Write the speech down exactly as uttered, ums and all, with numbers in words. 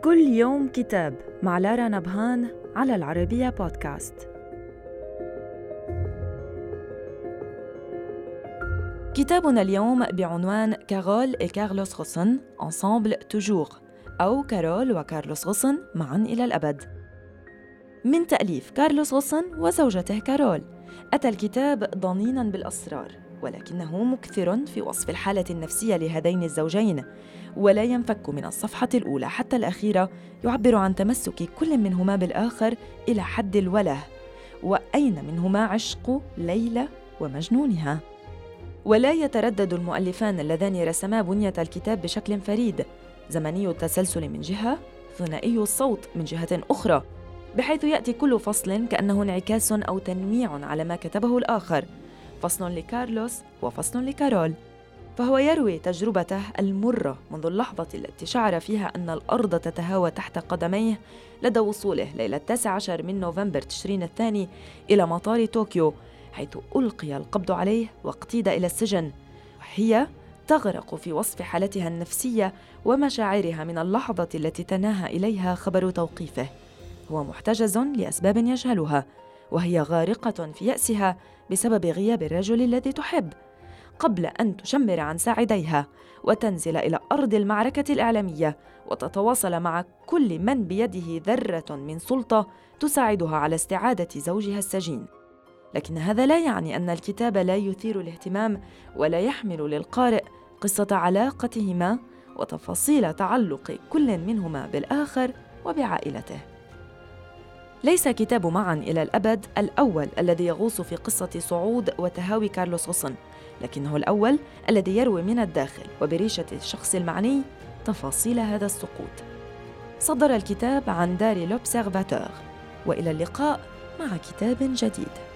كل يوم كتاب مع لارا نبهان على العربية بودكاست. كتابنا اليوم بعنوان كارول وكارلوس غوسن Ensemble toujours أو كارول وكارلوس غوسن معاً إلى الأبد، من تأليف كارلوس غوسن وزوجته كارول. أتى الكتاب ضنيناً بالأسرار، ولكنه مكثر في وصف الحالة النفسية لهذين الزوجين، ولا ينفك من الصفحة الأولى حتى الأخيرة يعبر عن تمسك كل منهما بالآخر إلى حد الوله، وأين منهما عشق ليلى ومجنونها. ولا يتردد المؤلفان اللذان رسما بنية الكتاب بشكل فريد، زمني التسلسل من جهة، ثنائي الصوت من جهة أخرى، بحيث يأتي كل فصل كأنه انعكاس أو تنويع على ما كتبه الآخر، فصل لكارلوس وفصل لكارول. فهو يروي تجربته المرة منذ اللحظة التي شعر فيها أن الأرض تتهاوى تحت قدميه لدى وصوله ليلة التاسع عشر من نوفمبر تشرين الثاني إلى مطار طوكيو، حيث ألقي القبض عليه واقتيد إلى السجن، وهي تغرق في وصف حالتها النفسية ومشاعرها من اللحظة التي تناهى إليها خبر توقيفه. هو محتجز لأسباب يجهلها، وهي غارقة في يأسها بسبب غياب الرجل الذي تحب، قبل أن تشمر عن ساعديها وتنزل إلى أرض المعركة الإعلامية وتتواصل مع كل من بيده ذرة من سلطة تساعدها على استعادة زوجها السجين. لكن هذا لا يعني أن الكتاب لا يثير الاهتمام ولا يحمل للقارئ قصة علاقتهما وتفاصيل تعلق كل منهما بالآخر وبعائلته. ليس كتاب معاً إلى الأبد الأول الذي يغوص في قصة صعود وتهاوي كارلوس غوسن، لكنه الأول الذي يروي من الداخل وبريشة الشخص المعني تفاصيل هذا السقوط. صدر الكتاب عن دار لوبسيرفاتور، وإلى اللقاء مع كتاب جديد.